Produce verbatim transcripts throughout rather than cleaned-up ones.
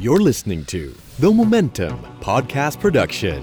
You're listening to The Momentum Podcast Production.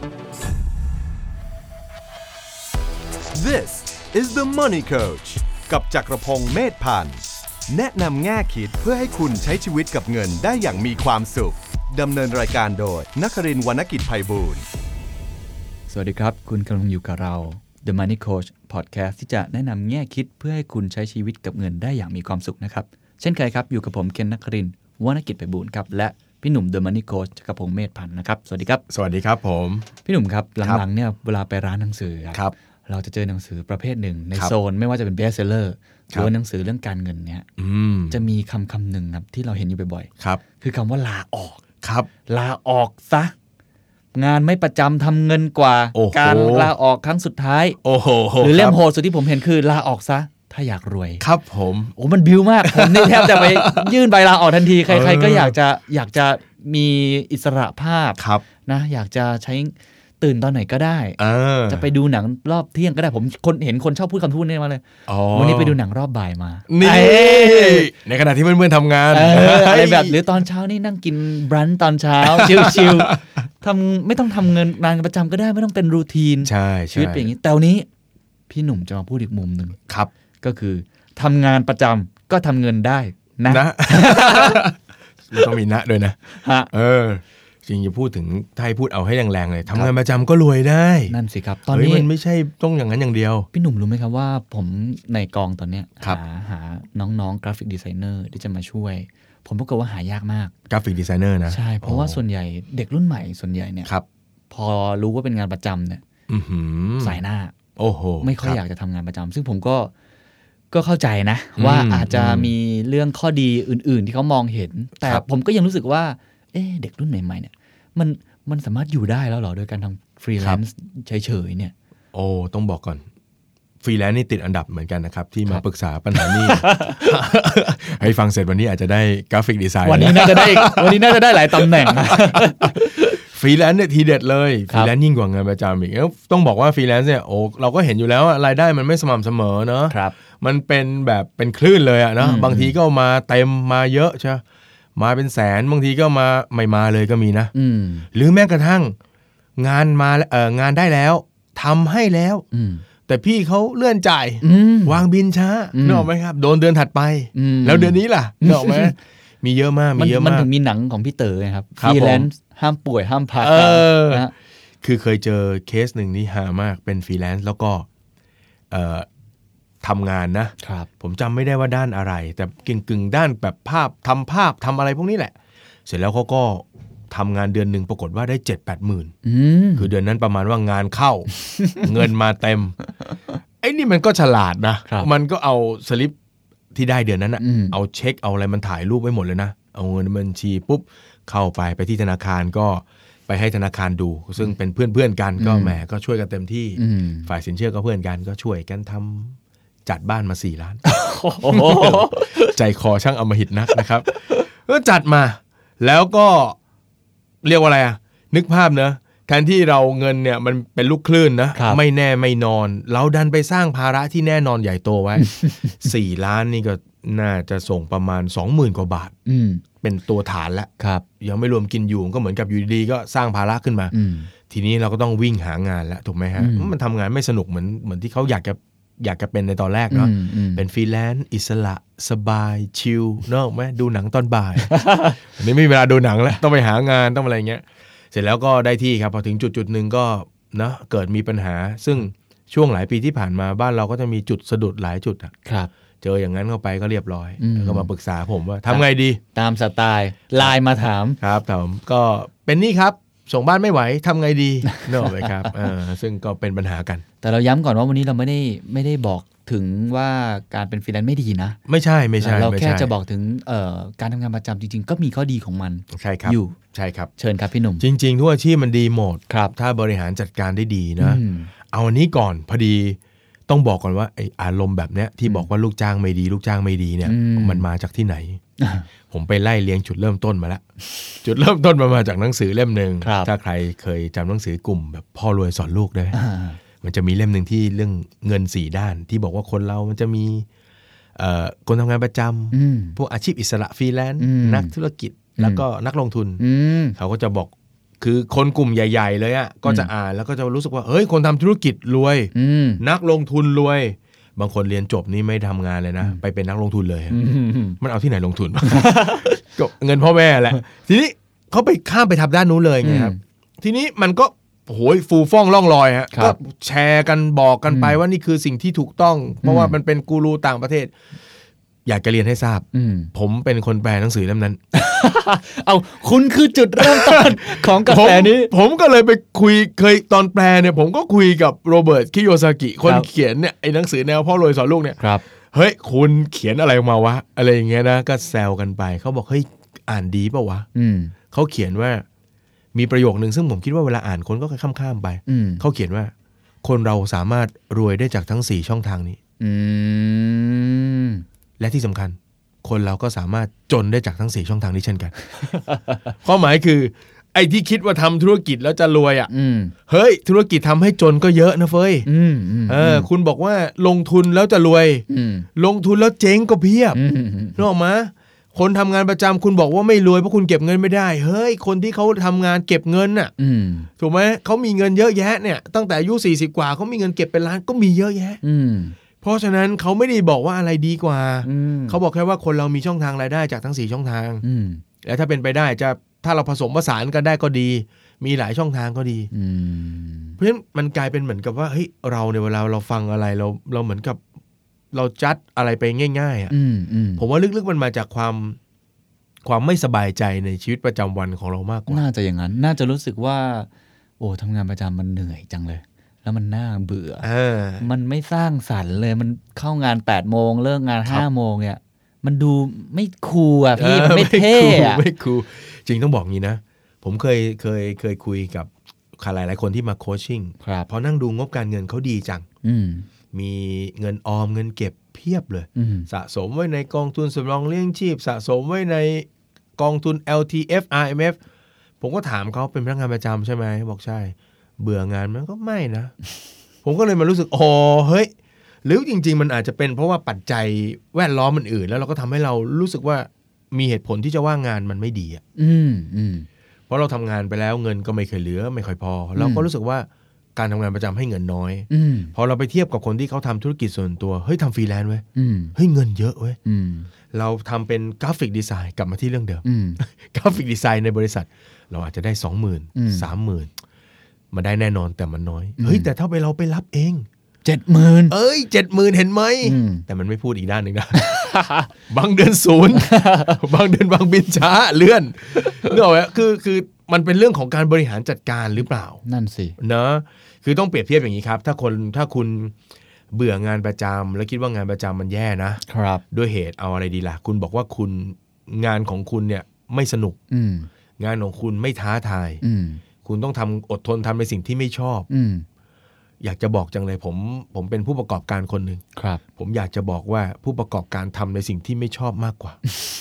This is the Money Coach กับจักรพงษ์เมธพันธ์แนะนำแง่คิดเพื่อให้คุณใช้ชีวิตกับเงินได้อย่างมีความสุขดำเนินรายการโดยนครินทร์ วรรณกิจไพบูลย์สวัสดีครับคุณกำลังอยู่กับเรา The Money Coach Podcast ที่จะแนะนำแง่คิดเพื่อให้คุณใช้ชีวิตกับเงินได้อย่างมีความสุขนะครับเช่นเคยครับอยู่กับผมเคนนครินทร์ วรรณกิจไพบูลย์ครับและพี่หนุ่ม The Money Coach จักรพงษ์เมธพันธ์นะครับสวัสดีครับสวัสดีครับผมพี่หนุ่มครับหลังๆเนี่ยเวลาไปร้านหนังสือครับเราจะเจอหนังสือประเภทหนึ่งในโซนไม่ว่าจะเป็น Best Seller หรือว่าหนังสือเรื่องการเงินเนี่ยจะมีคำคำหนึ่งครับที่เราเห็นอยู่บ่อยๆครับคือคำว่าลาออกครับลาออกซะงานไม่ประจำทำเงินกว่าการลาออกครั้งสุดท้ายโอ้โหหรือเล่มโหดสุดที่ผมเห็นคือลาออกซะถ้าอยากรวยครับผมโอ้มันบิ้วมากผมนี่แทบจะไปยื่นใบลาออกทันทีใครๆก็อยากจะอยากจะมีอิสระภาพนะอยากจะใช้ตื่นตอนไหนก็ได้จะไปดูหนังรอบเที่ยงก็ได้ผมคนเห็นคนชอบพูดคำพูดนี้มาเลยวันนี้ไปดูหนังรอบบ่ายมานี่ในขณะที่เพื่อนๆทำงานอะไรแบบหรือตอนเช้านี่นั่งกินบรันช์ตอนเช้าชิลๆทำไม่ต้องทำเงินงานประจำก็ได้ไม่ต้องเป็นรูทีนชีวิตเป็นอย่างนี้แต่วันนี้พี่หนุ่มจะมาพูดอีกมุมนึงครับก็คือทำงานประจำก็ทำเงินได้นะนะไม่ต้องมีนะด้วยนะเออจริงจะพูดถึงถ้าให้พูดเอาให้แรงๆเลยทำงานประจำก็รวยได้นั่นสิครับตอนนี้มันไม่ใช่ต้องอย่างนั้นอย่างเดียวพี่หนุ่มรู้ไหมครับว่าผมในกองตอนเนี้ยหาหาน้องๆกราฟิกดีไซเนอร์ที่จะมาช่วยผมพบว่าหายากมากกราฟิกดีไซเนอร์นะใช่เพราะว่าส่วนใหญ่เด็กรุ่นใหม่ส่วนใหญ่เนี่ยพอรู้ว่าเป็นงานประจำเนี่ยสายหน้าโอ้โหไม่ค่อยอยากจะทำงานประจำซึ่งผมก็ก็เข้าใจนะว่าอาจจะมีเรื่องข้อดีอื่นๆที่เขามองเห็นแต่ผมก็ยังรู้สึกว่าเอ๊ะเด็กรุ่นใหม่ๆเนี่ยมันมันสามารถอยู่ได้แล้วเหรอโดยการทำฟรีแลนซ์เฉยๆเนี่ยโอ้ต้องบอกก่อนฟรีแลนซ์นี่ติดอันดับเหมือนกันนะครับที่มาปรึกษาปัญหานี้ ให้ฟังเสร็จวันนี้อาจจะได้กราฟิกดีไซน์วันนี้น่าจะได้วันนี้น่าจะได้หลายตำแหน่งฟรีแลนซ์เนี่ยทีเด็ดเลยฟรีแลนซ์ยิ่งกว่างานประจำอีกต้องบอกว่าฟรีแลนซ์เนี่ยโอ้เราก็เห็นอยู่แล้วรายได้มันไม่สม่ำเสมอเนาะมันเป็นแบบเป็นคลื่นเลยอะเนาะบางทีก็มาเต็มมาเยอะใช่มาเป็นแสนบางทีก็มาไม่มาเลยก็มีนะหรือแม้กระทั่งงานมาเอ่องานได้แล้วทำให้แล้วแต่พี่เขาเลื่อนจ่ายวางบินช้านึกออกไหมครับโดนเดือนถัดไปแล้วเดือนนี้ล่ะนึกออกไหมมีเยอะมากมีเยอะมากมันถึงมีหนังของพี่เต๋อไงครับฟรีแลนซ์ห้ามป่วยห้ามพักนะคือเคยเจอเคสหนึ่งนี่ฮามากเป็นฟรีแลนซ์แล้วก็เอ่อทำงานนะผมจำไม่ได้ว่าด้านอะไรแต่กึ่งๆด้านแบบภาพทำภาพทำอะไรพวกนี้แหละเสร็จแล้วเขาก็ทำงานเดือนหนึ่งปรากฏว่าได้ เจ็ดแปดหมื่น คือเดือนนั้นประมาณว่างานเข้า เงินมาเต็มไอ้นี่มันก็ฉลาดนะมันก็เอาสลิปที่ได้เดือนนั้นอะเอาเช็คเอาอะไรมันถ่ายรูปไว้หมดเลยนะเอาเงินบัญชีปุ๊บเข้าไปไปที่ธนาคารก็ไปให้ธนาคารดูซึ่งเป็นเพื่อนๆกันก็แหมก็ช่วยกันเต็มที่ฝ่ายสินเชื่อก็เพื่อนกันก็ช่วยกันทำจัดบ้านมาสี่ล้าน ใจคอช่างอำมหิตนักนะครับก็จัดมาแล้วก็เรียกว่าอะไรอ่ะนึกภาพเนอะแทนที่เราเงินเนี่ยมันเป็นลูกคลื่นนะไม่แน่ไม่นอนเราดันไปสร้างภาระที่แน่นอนใหญ่โตไว้ สี่ล้านนี่ก็น่าจะส่งประมาณ สองหมื่น กว่าบาทเป็นตัวฐานแล้วยังไม่รวมกินอยู่ก็เหมือนกับอยู่ดีๆก็สร้างภาระขึ้นมาทีนี้เราก็ต้องวิ่งหางานแล้วถูกไหมฮะมันทำงานไม่สนุกเหมือนเหมือนที่เขาอยากจะอยากจะเป็นในตอนแรกเนาะเป็นฟรีแลนซ์อิสระสบายชิลเนอะไหมดูหนังตอนบ่าย อันนี้ไม่มีเวลาดูหนังแล้วต้องไปหางานต้องอะไรเงี้ยเสร็จแล้วก็ได้ที่ครับพอถึงจุดจุดหนึ่งก็นะเกิดมีปัญหาซึ่งช่วงหลายปีที่ผ่านมาบ้านเราก็จะมีจุดสะดุดหลายจุดครับเจออย่างนั้นเข้าไปก็เรียบร้อยแล้วก็มาปรึกษาผมว่าทำไงดีตามสไตล์ไลน์มาถามครับถามก็เป็นนี่ครับส่งบ้านไม่ไหวทำไงดีเนอะไหมครับซึ่งก็เป็นปัญหากันแต่เราย้ำก่อนว่าวันนี้เราไม่ได้ไม่ได้บอกถึงว่าการเป็นฟรีแลนซ์ไม่ดีนะไม่ใช่ไม่ใช่เราแค่จะบอกถึงการทำงานประจำจริงๆก็มีข้อดีของมันใช่ครับอยู่ใช่ครับเชิญครับพี่หนุ่มจริงๆทุกอาชีพมันดีหมดถ้าบริหารจัดการได้ดีนะเอาอันนี้ก่อนพอดีต้องบอกก่อนว่าไอ้อารมณ์แบบเนี้ยที่บอกว่าลูกจ้างไม่ดีลูกจ้างไม่ดีเนี่ยมันมาจากที่ไหนผมไปไล่เลี้ยงจุดเริ่มต้นมาแล้วจุดเริ่มต้นมามาจากหนังสือเล่มนึงถ้าใครเคยจำหนังสือกลุ่มแบบพ่อรวยสอนลูกได้มันจะมีเล่มนึงที่เรื่องเงินสี่ด้านที่บอกว่าคนเรามันจะมี คนทำงานประจำพวกอาชีพอิสระฟรีแลนซ์นักธุรกิจแล้วก็นักลงทุนเขาก็จะบอกคือคนกลุ่มใหญ่ๆเลยอ่ะก็จะอ่านแล้วก็จะรู้สึกว่าเฮ้ยคนทำธุรกิจรวยนักลงทุนรวยบางคนเรียนจบนี่ไม่ทำงานเลยนะไปเป็นนักลงทุนเลยมันเอาที่ไหนลงทุน ก็เงินพ่อแม่แหละทีนี้เขาไปข้ามไปทำด้านนู้นเลยไงครับทีนี้มันก็โหยฟูฟ่องล่องลอยฮะก็แชร์กันบอกกันไปว่านี่คือสิ่งที่ถูกต้องเพราะว่ามันเป็นกูรูต่างประเทศอยากจะเรียนให้ทราบผมเป็นคนแปลหนังสือเล่มนั้นเอาคุณคือจุดเริ่มต้นของกระแสนี้ผม, ผมก็เลยไปคุยเคยตอนแปลเนี่ยผมก็คุยกับโรเบิร์ตคิโยซากิคนเขียนเนี่ยไอ้หนังสือแนวพ่อรวยสอนลูกเนี่ยเฮ้ยคุณเขียนอะไรออกมาวะอะไรอย่างเงี้ยนะก็แซวกันไปเขาบอกเฮ้ยอ่านดีป่าววะเขาเขียนว่ามีประโยคนึงซึ่งผมคิดว่าเวลาอ่านคนก็ข้ามๆไปเขาเขียนว่าคนเราสามารถรวยได้จากทั้งสี่ช่องทางนี้และที่สำคัญคนเราก็สามารถจนได้จากทั้งสี่ช่องทางนี้เช่นกัน ข้อหมายคือไอ้ที่คิดว่าทำธุรกิจแล้วจะรวยอ่ะเฮ้ยธุรกิจทำให้จนก็เยอะนะเฟ้ยเออคุณบอกว่าลงทุนแล้วจะรวยลงทุนแล้วเจ๊งก็เพียบนึกออกมั้ยคนทำงานประจำคุณบอกว่าไม่รวยเพราะคุณเก็บเงินไม่ได้เฮ้ยคนที่เขาทำงานเก็บเงินน่ะถูกไหมเขามีเงินเยอะแยะเนี่ยตั้งแต่อายุสี่สิบกว่าเขามีเงินเก็บเป็นล้านก็มีเยอะแยะเพราะฉะนั้นเขาไม่ได้บอกว่าอะไรดีกว่าเขาบอกแค่ว่าคนเรามีช่องทางรายได้จากทั้งสี่ช่องทางและถ้าเป็นไปได้จะถ้าเราผสมผสานกันได้ก็ดีมีหลายช่องทางก็ดีเพราะฉะนั้นมันกลายเป็นเหมือนกับว่าเฮ้ยเราในเวลาเราฟังอะไรเราเราเหมือนกับเราจัดอะไรไปง่ายๆอ่ะผมว่าลึกๆมันมาจากความความไม่สบายใจในชีวิตประจำวันของเรามากกว่าน่าจะอย่างนั้นน่าจะรู้สึกว่าโอ้ทำงานประจำมันเหนื่อยจังเลยแล้วมันน่าเบื่อมันไม่สร้างสรรค์เลยมันเข้างานแปดโมงเลิกงานห้าโมงเนี่ยมันดูไม่คูลอ่ะพี่มันไม่เท่อ่ะไม่คูลจริงต้องบอกงี้นะผมเคยเคยเคยคุยกับหลายหลายคนที่มาโคชชิ่งพอนั่งดูงบการเงินเขาดีจังมีเงินออมเงินเก็บเพียบเลยสะสมไว้ในกองทุนสำรองเลี้ยงชีพสะสมไว้ในกองทุน แอล ที เอฟ อาร์ เอ็ม เอฟ ผมก็ถามเขาเป็นพนักงานประจำใช่ไหมบอกใช่เบื่องานมันก็ไม่นะ ผมก็เลยมารู้สึกอ๋อเฮ้ยหรือจริงๆมันอาจจะเป็นเพราะว่าปัจจัยแวดล้อมอื่นๆแล้วเราก็ทำให้เรารู้สึกว่ามีเหตุผลที่จะว่างงานมันไม่ดีอ่ะเพราะเราทำงานไปแล้วเงินก็ไม่เคยเหลือไม่ค่อยพอเราก็รู้สึกว่าการทำงานประจำให้เงินน้อยพอเราไปเทียบกับคนที่เขาทำธุรกิจส่วนตัวเฮ้ยทำฟรีแลนซ์เว้ยเฮ้ยเงินเยอะเว้ยเราทำเป็นกราฟิกดีไซน์กลับมาที่เรื่องเดิมกราฟิกดีไซน์ในบริษัทเราอาจจะได้ สองหมื่น สามหมื่น มาได้แน่นอนแต่มันน้อยเฮ้ยแต่ถ้าไปเราไปรับเองเจ็ดหมื่นเอ้ย เจ็ดหมื่น เห็นไหมแต่มันไม่พูดอีกด้านนึงนะ บางเดือนศูนย์ บางเดือนบางบินช้าเลื่อนเรื่องอะไรคือคือมันเป็นเรื่องของการบริหารจัดการหรือเปล่านั่นสิเนอะคือต้องเปรียบเทียบอย่างนี้ครับถ้าคนถ้าคุณเบื่องานประจำแล้วคิดว่างานประจำมันแย่นะครับด้วยเหตุเอาอะไรดีล่ะคุณบอกว่าคุณงานของคุณเนี่ยไม่สนุกงานของคุณไม่ท้าทายคุณต้องทำอดทนทำในสิ่งที่ไม่ชอบอยากจะบอกจังเลยผมผมเป็นผู้ประกอบการคนหนึ่งครับผมอยากจะบอกว่าผู้ประกอบการทำในสิ่งที่ไม่ชอบมากกว่า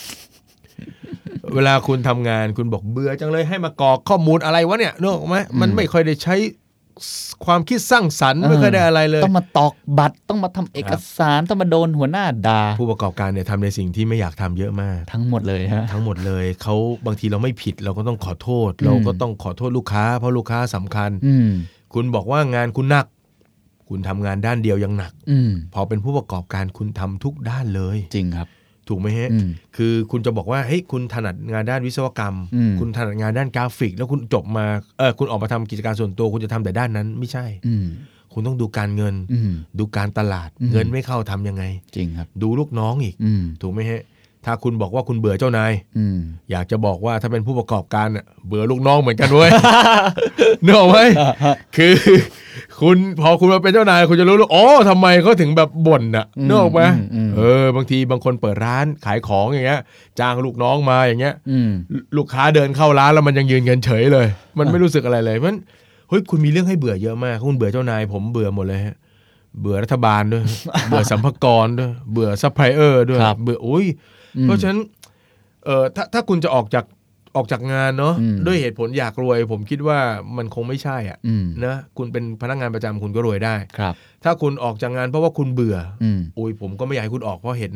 เวลาคุณทำงานคุณบอกเบื่อจังเลยให้มากรอกข้อมูลอะไรวะเนี่ยนึกออกไหมมันไม่ค่อยได้ใช้ความคิดสร้างสรรค์ไม่ค่อยได้อะไรเลยต้องมาตอกบัตรต้องมาทำเอกสารต้องมาโดนหัวหน้าด่าผู้ประกอบการเนี่ยทำในสิ่งที่ไม่อยากทำเยอะมากทั้งหมดเลยฮะทั้งหมดเลยเขาบางทีเราไม่ผิดเราก็ต้องขอโทษเราก็ต้องขอโทษลูกค้าเพราะลูกค้าสำคัญคุณบอกว่างานคุณหนักคุณทำงานด้านเดียวยังหนักพอเป็นผู้ประกอบการคุณทำทุกด้านเลยจริงครับถูกไหมฮะคือคุณจะบอกว่าเฮ้ยคุณถนัดงานด้านวิศวกรรมคุณถนัดงานด้านกราฟิกแล้วคุณจบมาเออคุณออกมาทำกิจการส่วนตัวคุณจะทำแต่ด้านนั้นไม่ใช่คุณต้องดูการเงินดูการตลาดเงินไม่เข้าทำยังไงจริงครับดูลูกน้องอีกถูกไหมฮะถ้าคุณบอกว่าคุณเบื่อเจ้านายอยากจะบอกว่าถ้าเป็นผู้ประกอบการอ่ะเบื่อลูกน้องเหมือนกันเว้ยนึกออกไหมคือคุณพอคุณมาเป็นเจ้านายคุณจะรู้ว่าอ๋อทำไมเขาถึงแบบบ่นอ่ะนึกออกไหมเออบางทีบางคนเปิดร้านขายของอย่างเงี้ยจ้างลูกน้องมาอย่างเงี้ยลูกค้าเดินเข้าร้านแล้วมันยังยืนเงินเฉยเลยมันไม่รู้สึกอะไรเลยเพราะฉะนั้นเฮ้ยคุณมีเรื่องให้เบื่อเยอะมากคุณเบื่อเจ้านายผมเบื่อหมดเลยฮะเบื่อรัฐบาลด้วยเบื่อสัมภากระด้วยเบื่อซัพพลายเออร์ด้วยเบื่ออุ้ยเพราะฉะนั้นเออถ้าถ้าคุณจะออกจากออกจากงานเนาะด้วยเหตุผลอยากรวยผมคิดว่ามันคงไม่ใช่อ่ะนะคุณเป็นพนักงานประจำคุณก็รวยได้ถ้าคุณออกจากงานเพราะว่าคุณเบื่ออุ้ยผมก็ไม่อยากให้คุณออกเพราะเหตุนั้นอ่ะ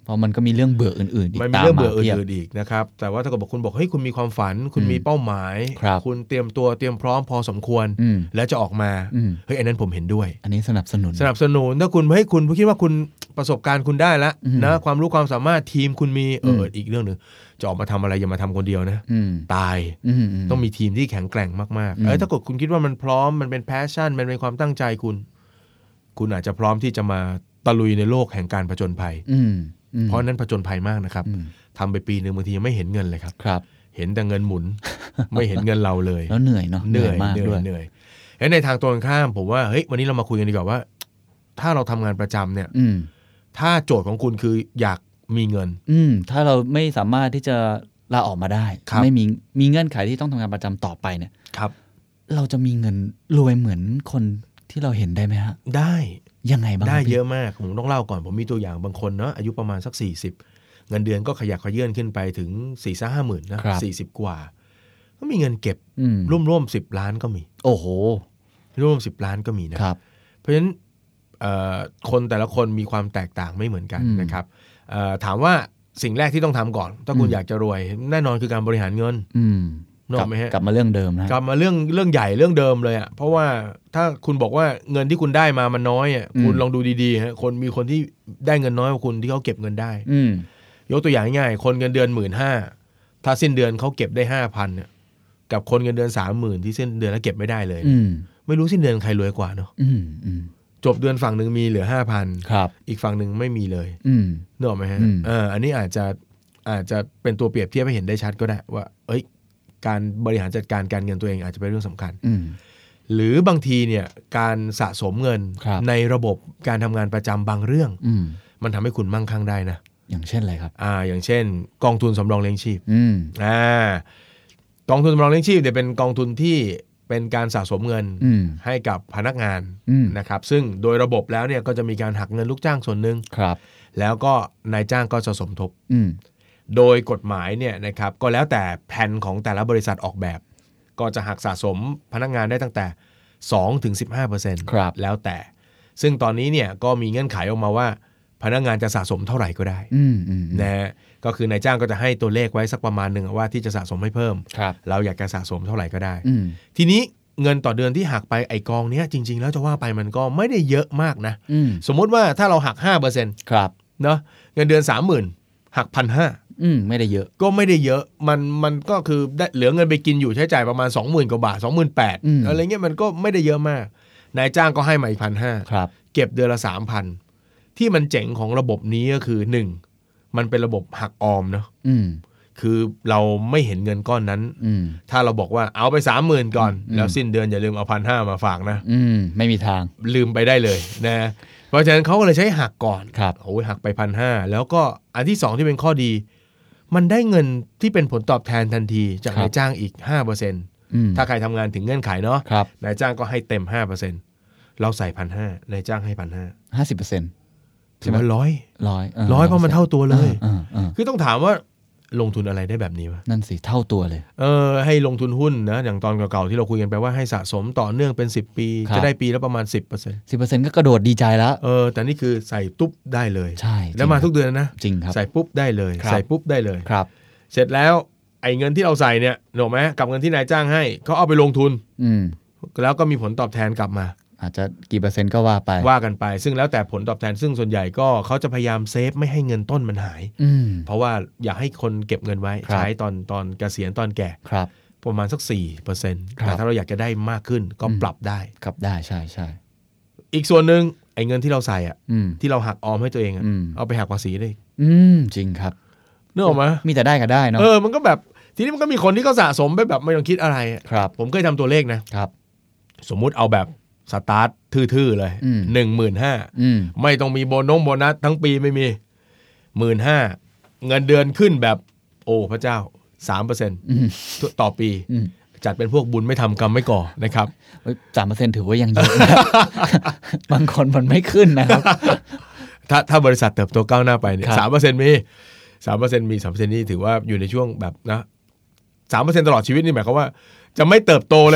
เพราะมันก็มีเรื่องเบื่ออื่นๆอีกมันมีเรื่องเบื่ออื่นๆอีกนะครับแต่ว่าถ้าเกิดบอกคุณบอกเฮ้ยคุณมีความฝันคุณมีเป้าหมายคุณเตรียมตัวเตรียมพร้อมพอสมควรแล้วจะออกมาเฮ้ยอันนั้นผมเห็นด้วยอันนี้สนับสนุนสนับสนุนถ้าคุณให้คุณคิดว่าคุณประสบการณ์คุณได้แล้วนะความรู้ความสามารถทีมคุณมีเอออีกเรื่องนึงจะออกมาทำอะไรอย่ามาทำคนเดียวนะตายต้องมีทีมที่แข็งแกร่งมากๆเออถ้าเกิดคุณคิดว่ามันพร้อมมันเป็นแพชชั่นมันเป็นความตั้งใจคุณคุณอาจจะพร้อมที่จะมาตะลุยในโลกแห่งการผจญภัยเพราะนั้นผจญภัยมากนะครับทำไปปีนึงบางทียังไม่เห็นเงินเลยครับครับเห็นแต่เงินหมุน ไม่เห็นเงินเราเลยแล้วเหนื่อยเนาะเหนื่อยมากด้วยเหนื่อยแล้วในทางตรงข้ามผมว่าเฮ้ยวันนี้เรามาคุยกันดีกว่าว่าถ้าเราทำงานประจำเนี่ยถ้าโจทย์ของคุณคืออยากมีเงินอืมถ้าเราไม่สามารถที่จะลาออกมาได้ไม่มีมีเงื่อนไขที่ต้องทำงานประจำต่อไปเนี่ยครับเราจะมีเงินรวยเหมือนคนที่เราเห็นได้ไหมฮะได้ยังไงบ้างได้เยอะมากผมต้องเล่าก่อนผมมีตัวอย่างบางคนเนาะอายุประมาณสักสี่สิบเงินเดือนก็ขยักขยื่นขึ้นไปถึง สี่ถึงห้าหมื่น นะสี่สิบกว่าก็มีเงินเก็บร่วมๆสิบล้านก็มีโอ้โหร่วมสิบล้านก็มีนะครับเพราะฉะนั้นคนแต่ละคนมีความแตกต่างไม่เหมือนกันนะครับถามว่าสิ่งแรกที่ต้องทำก่อนถ้าคุณอยากจะรวยแน่นอนคือการบริหารเงินนอกไหมฮะกลับมาเรื่องเดิมนะกลับมาเรื่องเรื่องใหญ่เรื่องเดิมเลยอ่ะเพราะว่าถ้าคุณบอกว่าเงินที่คุณได้มามันน้อยอ่ะคุณลองดูดีๆฮะคนมีคนที่ได้เงินน้อยกว่าคุณที่เขาเก็บเงินได้ยกตัวอย่างง่ายคนเงินเดือนหมื่นห้าถ้าสิ้นเดือนเขาเก็บได้ห้าพันเนี่ยกับคนเงินเดือนสามหมื่นที่สิ้นเดือนแล้วเก็บไม่ได้เลยไม่รู้สิ้นเดือนใครรวยกว่าเนาะจบเดือนฝั่งหนึ่งมีเหลือห้าพันอีกฝั่งหนึ่งไม่มีเลยนึกออกไหมฮะอันนี้อาจจะอาจจะเป็นตัวเปรียบเทียบให้เห็นได้ชัดก็ได้ว่าเอ้ยการบริหารจัดการการเงินตัวเองอาจจะเป็นเรื่องสำคัญหรือบางทีเนี่ยการสะสมเงินในระบบการทำงานประจำบางเรื่องมันทำให้คุณมั่งคั่งได้นะอย่างเช่นอะไรครับอ่าอย่างเช่นกองทุนสำรองเลี้ยงชีพอ่ากองทุนสำรองเลี้ยงชีพเนี่ยเป็นกองทุนที่เป็นการสะสมเงินให้กับพนักงานนะครับซึ่งโดยระบบแล้วเนี่ยก็จะมีการหักเงินลูกจ้างส่วนหนึ่งแล้วก็นายจ้างก็จะสมทบโดยกฎหมายเนี่ยนะครับก็แล้วแต่แผนของแต่ละบริษัทออกแบบก็จะหักสะสมพนักงานได้ตั้งแต่ สองถึงสิบห้าเปอร์เซ็นต์ครับแล้วแต่ซึ่งตอนนี้เนี่ยก็มีเงื่อนไขออกมาว่าพนักงานจะสะสมเท่าไหร่ก็ได้นะก็คือนายจ้างก็จะให้ตัวเลขไว้สักประมาณหนึ่งว่าที่จะสะสมให้เพิ่มเราอยากจะสะสมเท่าไหร่ก็ได้ทีนี้เงินต่อเดือนที่หักไปไอกองเนี้ยจริงๆแล้วจะว่าไปมันก็ไม่ได้เยอะมากนะสมมติว่าถ้าเราหัก ห้าเปอร์เซ็นต์ครับเนาะเงินเดือน สามหมื่น หัก หนึ่งพันห้าร้อยอืมไม่ได้เยอะก็ไม่ได้เยอะมันมันก็คือได้เหลือเงินไปกินอยู่ใช้จ่ายประมาณ สองหมื่น กว่าบาท สองหมื่นแปดพัน อะไรเงี้ยมันก็ไม่ได้เยอะมากนายจ้างก็ให้มาอีก หนึ่งพันห้าร้อยครับเก็บเดือนละ สามพัน ที่มันเจ๋งของระบบนี้ก็คือหนึ่งมันเป็นระบบหักออมเนาะคือเราไม่เห็นเงินก้อนนั้นถ้าเราบอกว่าเอาไป สามหมื่น ก่อนแล้วสิ้นเดือนอย่าลืมเอา หนึ่งพันห้าร้อย มาฝากนะอืมไม่มีทางลืมไปได้เลยนะเพราะฉะนั้นเขาก็เลยใช้หักก่อนครับโอ้ยหักไป หนึ่งพันห้าร้อย แล้วก็อันที่สองที่เป็นข้อดีมันได้เงินที่เป็นผลตอบแทนทันทีจากนายจ้างอีก ห้าเปอร์เซ็นต์ ถ้าใครทำงานถึงเงื่อนไขเนาะนายจ้างก็ให้เต็ม ห้าเปอร์เซ็นต์ เราใส่ หนึ่งพันห้าร้อย นายจ้างให้ หนึ่งพันห้าร้อยห้าสิบเปอร์เซ็นต์ถือว่าร้อยร้อยร้อยเพราะมันเท่าตัวเลยคือต้องถามว่าลงทุนอะไรได้แบบนี้วะนั่นสิเท่าตัวเลยเออให้ลงทุนหุ้นนะอย่างตอนเก่าๆที่เราคุยกันไปว่าให้สะสมต่อเนื่องเป็นสิบปีจะได้ปีละประมาณ สิบเปอร์เซ็นต์สิบเปอร์เซ็นต์ ก็กระโดดดีใจแล้วเออแต่นี่คือใส่ตุ๊บได้เลยใช่แล้วมาทุกเดือนนะจริงครับใส่ปุ๊บได้เลยใส่ปุ๊บได้เลยครับเสร็จแล้วไอ้เงินที่เราใส่เนี่ยถูกไหมกับเงินที่นายจ้างให้เขาเอาไปลงทุนอืมแล้วก็มีผลตอบแทนกลับมาอาจจะกี่เปอร์เซ็นต์ก็ว่าไปว่ากันไปซึ่งแล้วแต่ผลตอบแทนซึ่งส่วนใหญ่ก็เขาจะพยายามเซฟไม่ให้เงินต้นมันหายเพราะว่าอยากให้คนเก็บเงินไว้ใช้ตอนตอนเกษียณตอนแก่ประมาณสัก สี่เปอร์เซ็นต์ แต่ถ้าเราอยากจะได้มากขึ้นก็ปรับได้ปรับได้ใช่ใช่อีกส่วนหนึ่งไอ้เงินที่เราใส่อ่ะที่เราหักออมให้ตัวเองอ่ะเอาไปหักภาษีได้อืมจริงครับนึกออกไหมมีแต่ได้ก็ได้เนาะเออมันก็แบบทีนี้มันก็มีคนที่เขาสะสมไปแบบไม่ต้องคิดอะไรครับผมเคยทำตัวเลขนะครับสมมุติเอาแบบสตาร์ททื่อๆเลยหนึ่งหมื่นห้าไม่ต้องมีโบนงโบนัสทั้งปีไม่มีหมื่นห้าเงินเดือนขึ้นแบบโอ้พระเจ้าสามเปอร์เซ็นต์ต่อปีจัดเป็นพวกบุญไม่ทำกรรมไม่ก่อนะครับสามเปอร์เซ็นต์ถือว่ายังเยอะบางคนมันไม่ขึ้นนะครับถ้าถ้าบริษัทเติบโตก้าวหน้าไปเนี่ยสามเปอร์เซ็นต์มีสามเปอร์เซ็นต์มีสามเปอร์เซ็นต์นี่ถือว่าอยู่ในช่วงแบบนะสามเปอร์เซ็นต์ตลอดชีวิตนี่หมายความว่าจะไม่เติบโตเลยนะ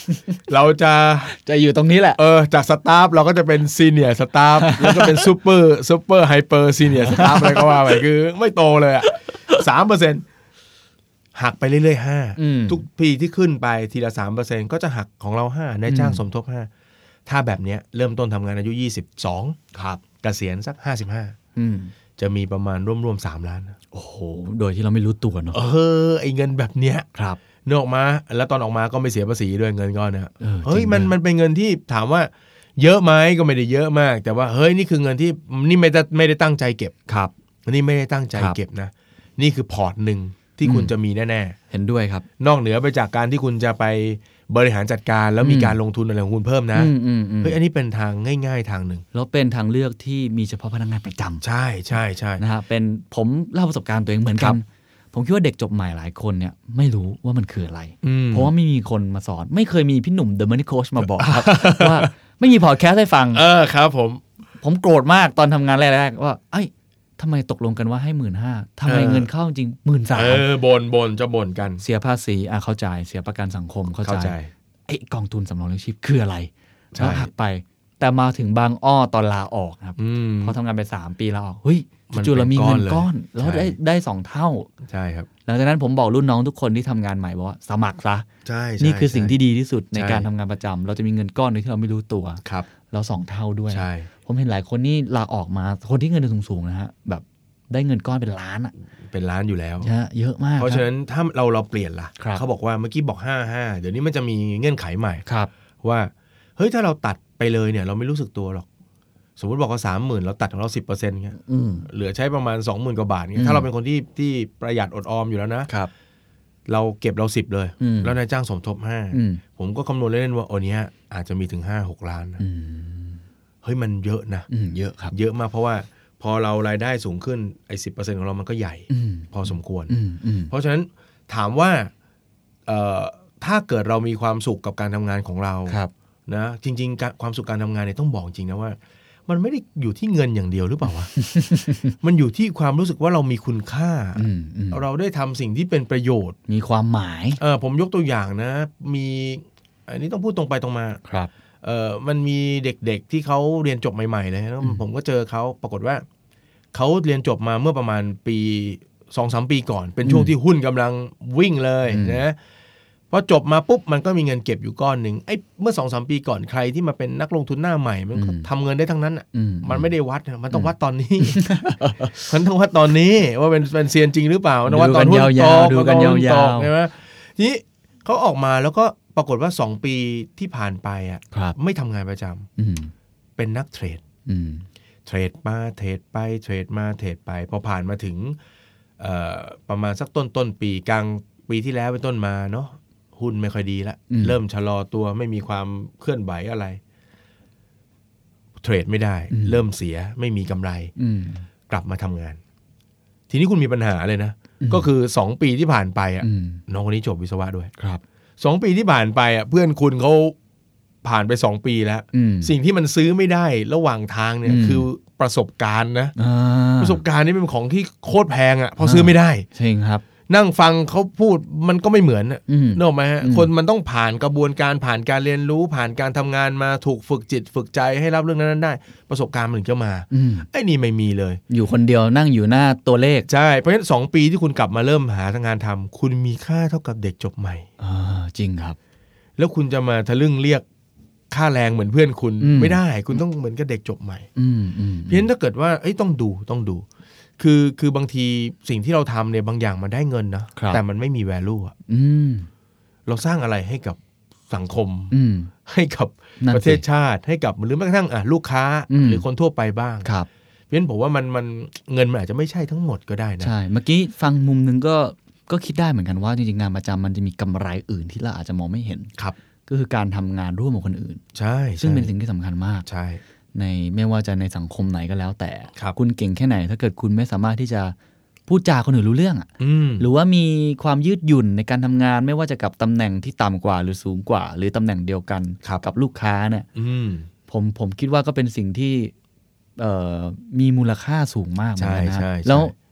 เราจะจะอยู่ตรงนี้แหละเออจากสตาฟเราก็จะเป็นซีเนียร์สตาฟแล้วก็เป็นซูเปอร์ซูเปอร์ไฮเปอร์ซีเนียร์สตาฟอะไรก็ว่าไปคือไม่โตเลยอ่ะ สามเปอร์เซ็นต์ หักไปเรื่อยๆห้าทุกปีที่ขึ้นไปทีละ สามเปอร์เซ็นต์ ก็จะหักของเราห้านายจ้างสมทบห้าถ้าแบบเนี้ยเริ่มต้นทำงานอายุยี่สิบสองครับเกษียณสักห้าสิบห้าอืมจะมีประมาณร่วมๆสามล้านโอ้โหโดยที่เราไม่รู้ตัวเนาะเออไอ้เงินแบบเนี้ยครับเนื้อออกมาแล้วตอนออกมาก็ไม่เสียภาษีด้วยเงินก้อนเนี่ยเฮ้ยมันมันเป็นเงินที่ถามว่าเยอะไหมก็ไม่ได้เยอะมากแต่ว่าเฮ้ยนี่คือเงินที่นี่ไม่ได้ไม่ได้ตั้งใจเก็บครับนี่ไม่ได้ตั้งใจเก็บนะนี่คือพอร์ตหนึ่งที่คุณจะมีแน่ๆเห็นด้วยครับนอกเหนือไปจากการที่คุณจะไปบริหารจัดการแล้วมีการลงทุนอะไรของคุณเพิ่มนะเฮ้ยอันนี้เป็นทางง่ายๆทางหนึ่งแล้วเป็นทางเลือกที่มีเฉพาะพนักงานประจำใช่ใช่ใช่นะฮะเป็นผมเล่าประสบการณ์ตัวเองเหมือนกันผมคิดว่าเด็กจบใหม่หลายคนเนี่ยไม่รู้ว่ามันคืออะไรเพราะว่าไม่มีคนมาสอนไม่เคยมีพี่หนุ่ม The Money Coach มาบอกครับ ว่าไม่มีพอดแคสต์ให้ฟังเออครับผมผมโกรธมากตอนทำงานแรกๆว่าไอ้ทำไมตกลงกันว่าให้หมื่นห้าทำไมเงินเข้าจริงหมื่นสามเออบ่นบ่นจะบ่นกันเสียภาษีอ่ะเข้าใจเสียประกันสังคมเข้าใจไอ้กองทุนสำรองเลี้ยงชีพคืออะไรแล้วหักไปแต่มาถึงบางอ้อตอนลาออกครับพอทำงานไปสามปีลาออกเฮ้ยจู่ๆเรามีเงินก้อนแล้วได้ได้สองเท่าใช่ครับหลังจากนั้นผมบอกรุ่นน้องทุกคนที่ทำงานใหม่บอกว่าสมัครซะนี่คือสิ่งที่ดีที่สุดในการทำงานประจำเราจะมีเงินก้อนโดยที่เราไม่รู้ตัวแล้วสองเท่าด้วยผมเห็นหลายคนนี่ลาออกมาคนที่เงินเดือนสูงๆนะฮะแบบได้เงินก้อนเป็นล้านอ่ะเป็นล้านอยู่แล้วเยอะมากเพราะฉะนั้นถ้าเราเราเปลี่ยนล่ะเขาบอกว่าเมื่อกี้บอกห้า ห้าเดี๋ยวนี้มันจะมีเงื่อนไขใหม่ว่าเฮ้ยถ้าเราตัดไปเลยเนี่ยเราไม่รู้สึกตัวหรอกสมมติบอกว่า สามหมื่น เราตัดของเรา สิบเปอร์เซ็นต์ เงี้ยเหลือใช้ประมาณ สองหมื่น กว่าบาทเงี้ยถ้าเราเป็นคนที่ที่ประหยัดอดออมอยู่แล้วนะครับเราเก็บเราสิบเลยแล้วนายจ้างสมทบห้าผมก็คำนวณเล่นๆว่าโอ้เนี้ยอาจจะมีถึง ห้าหก ล้านนะเฮ้ยมันเยอะนะเยอะครับเยอะมากเพราะว่าพอเรารายได้สูงขึ้นไอ้ สิบเปอร์เซ็นต์ ของเรามันก็ใหญ่พอสมควรเพราะฉะนั้นถามว่าถ้าเกิดเรามีความสุขกับการทำงานของเรานะจริงๆความสุขการทำงานเนี่ยต้องบอกจริงนะว่ามันไม่ได้อยู่ที่เงินอย่างเดียวหรือเปล่าวะ มันอยู่ที่ความรู้สึกว่าเรามีคุณค่าเราได้ทำสิ่งที่เป็นประโยชน์มีความหมายเออผมยกตัวอย่างนะมีอันนี้ต้องพูดตรงไปตรงมาครับเออมันมีเด็กๆที่เขาเรียนจบใหม่ๆเลยแล้วผมก็เจอเขาปรากฏว่าเขาเรียนจบมาเมื่อประมาณปี สองสาม ปีก่อนเป็นช่วงที่หุ้นกำลังวิ่งเลยนะพอจบมาปุ๊บมันก็มีเงินเก็บอยู่ก้อนหนึ่งไอ้เมื่อ สองสาม ปีก่อนใครที่มาเป็นนักลงทุนหน้าใหม่มันทำเงินได้ทั้งนั้นอ่ะมันไม่ได้วัดมันต้องวัดตอนนี้มันต้องวัดตอนนี้ว่าเป็นเป็นเซียนจริงหรือเปล่าต้องวัดตอนหุ้นโตดูกันยาวๆใช่ไหมทีนี้เขาออกมาแล้วก็ปรากฏว่าสองปีที่ผ่านไปอ่ะไม่ทำงานประจำเป็นนักเทรดเทรดมาเทรดไปเทรดมาเทรดไปพอผ่านมาถึงประมาณสักต้นต้นปีกลางปีที่แล้วเป็นต้นมาเนาะหุ้นไม่ค่อยดีละเริ่มชะลอตัวไม่มีความเคลื่อนไหวอะไรเทรดไม่ได้เริ่มเสียไม่มีกำไรกลับมาทำงานทีนี้คุณมีปัญหาเลยนะก็คือสองปีที่ผ่านไปอ่ะน้องคนนี้จบวิศวะด้วยครับสองปีที่ผ่านไปอ่ะเพื่อนคุณเขาผ่านไปสองปีแล้วสิ่งที่มันซื้อไม่ได้ระหว่างทางเนี่ยคือประสบการณ์นะประสบการณ์นี่เป็นของที่โคตรแพงอ่ะพอซื้อไม่ได้จริงครับนั่งฟังเขาพูดมันก็ไม่เหมือนนึกออกไหมฮะคนมันต้องผ่านกระบวนการผ่านการเรียนรู้ผ่านการทำงานมาถูกฝึกจิตฝึกใจให้รับเรื่องนั้นได้ประสบการณ์มันถึงจะมาไอ้นี่ไม่มีเลยอยู่คนเดียวนั่งอยู่หน้าตัวเลขใช่เพราะฉะนั้นสองปีที่คุณกลับมาเริ่มหางานทำคุณมีค่าเท่ากับเด็กจบใหม่อ่าจริงครับแล้วคุณจะมาทะลึ่งเรียกค่าแรงเหมือนเพื่อนคุณไม่ได้คุณต้องเหมือนกับเด็กจบใหม่เพราะฉะนั้นถ้าเกิดว่าเอ้ยต้องดูต้องดูคือคือบางทีสิ่งที่เราทำเนี่ยบางอย่างมันได้เงินนะแต่มันไม่มี value อ่ะเราสร้างอะไรให้กับสังคมให้กับประเทศชาติให้กับหรือแม้กระทั่งอ่ะลูกค้าหรือคนทั่วไปบ้างเพราะฉะนั้นผมว่ามันมันเงินมันอาจจะไม่ใช่ทั้งหมดก็ได้นะใช่เมื่อกี้ฟังมุมนึงก็ก็คิดได้เหมือนกันว่าจริงๆงานประจำมันจะมีกำไรอื่นที่เราอาจจะมองไม่เห็นครับก็คือการทำงานร่วมกับคนอื่นใช่ซึ่งเป็นสิ่งที่สำคัญมากใช่ในไม่ว่าจะในสังคมไหนก็แล้วแต่คุณเก่งแค่ไหนถ้าเกิดคุณไม่สามารถที่จะพูดจาคนอื่นรู้เรื่องอ่ะหรือว่ามีความยืดหยุ่นในการทำงานไม่ว่าจะกับตำแหน่งที่ต่ำกว่าหรือสูงกว่าหรือตำแหน่งเดียวกันกับลูกค้าเนี่ยผมผมคิดว่าก็เป็นสิ่งที่มีมูลค่าสูงมากเหมือนกันนะแล้ว